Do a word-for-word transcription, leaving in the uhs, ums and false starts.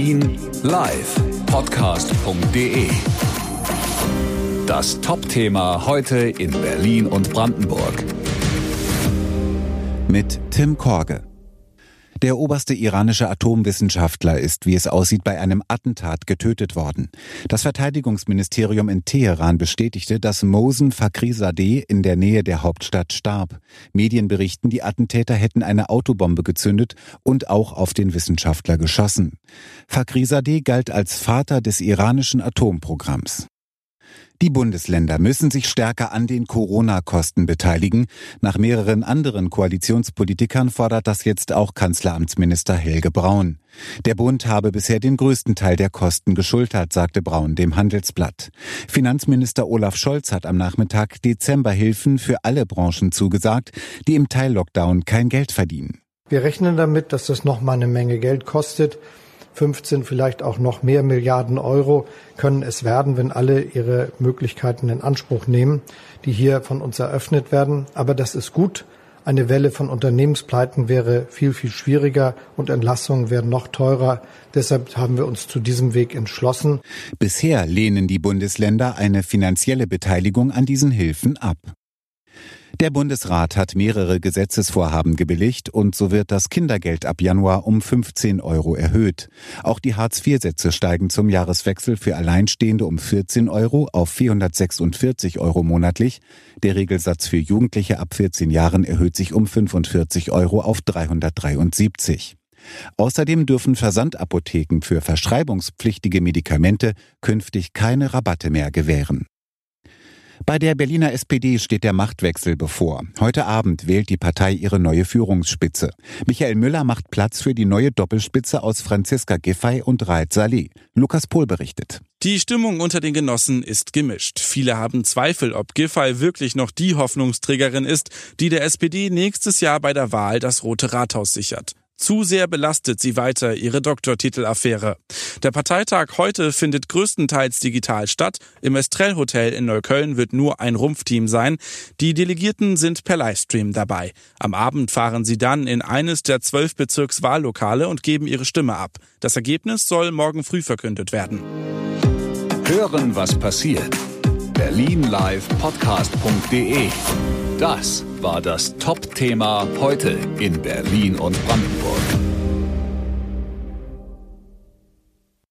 Berlin live podcast punkt de. Das Top-Thema heute in Berlin und Brandenburg. Mit Tim Korge. Der oberste iranische Atomwissenschaftler ist, wie es aussieht, bei einem Attentat getötet worden. Das Verteidigungsministerium in Teheran bestätigte, dass Mohsen Fakhrizadeh in der Nähe der Hauptstadt starb. Medien berichten, die Attentäter hätten eine Autobombe gezündet und auch auf den Wissenschaftler geschossen. Fakhrizadeh galt als Vater des iranischen Atomprogramms. Die Bundesländer müssen sich stärker an den Corona-Kosten beteiligen. Nach mehreren anderen Koalitionspolitikern fordert das jetzt auch Kanzleramtsminister Helge Braun. Der Bund habe bisher den größten Teil der Kosten geschultert, sagte Braun dem Handelsblatt. Finanzminister Olaf Scholz hat am Nachmittag Dezemberhilfen für alle Branchen zugesagt, die im Teillockdown kein Geld verdienen. Wir rechnen damit, dass das nochmal eine Menge Geld kostet. fünfzehn, vielleicht auch noch mehr Milliarden Euro können es werden, wenn alle ihre Möglichkeiten in Anspruch nehmen, die hier von uns eröffnet werden. Aber das ist gut. Eine Welle von Unternehmenspleiten wäre viel, viel schwieriger und Entlassungen wären noch teurer. Deshalb haben wir uns zu diesem Weg entschlossen. Bisher lehnen die Bundesländer eine finanzielle Beteiligung an diesen Hilfen ab. Der Bundesrat hat mehrere Gesetzesvorhaben gebilligt und so wird das Kindergeld ab Januar um fünfzehn Euro erhöht. Auch die Hartz vier Sätze steigen zum Jahreswechsel für Alleinstehende um vierzehn Euro auf vierhundertsechsundvierzig Euro monatlich. Der Regelsatz für Jugendliche ab vierzehn Jahren erhöht sich um fünfundvierzig Euro auf dreihundertdreiundsiebzig. Außerdem dürfen Versandapotheken für verschreibungspflichtige Medikamente künftig keine Rabatte mehr gewähren. Bei der Berliner S P D steht der Machtwechsel bevor. Heute Abend wählt die Partei ihre neue Führungsspitze. Michael Müller macht Platz für die neue Doppelspitze aus Franziska Giffey und Raed Saleh. Lukas Pohl berichtet. Die Stimmung unter den Genossen ist gemischt. Viele haben Zweifel, ob Giffey wirklich noch die Hoffnungsträgerin ist, die der S P D nächstes Jahr bei der Wahl das Rote Rathaus sichert. Zu sehr belastet sie weiter ihre Doktortitelaffäre. Der Parteitag heute findet größtenteils digital statt. Im Estrell Hotel in Neukölln wird nur ein Rumpfteam sein. Die Delegierten sind per Livestream dabei. Am Abend fahren sie dann in eines der zwölf Bezirkswahllokale und geben ihre Stimme ab. Das Ergebnis soll morgen früh verkündet werden. Hören, was passiert. Berlin live podcast punkt de. Das war das Top-Thema heute in Berlin und Brandenburg.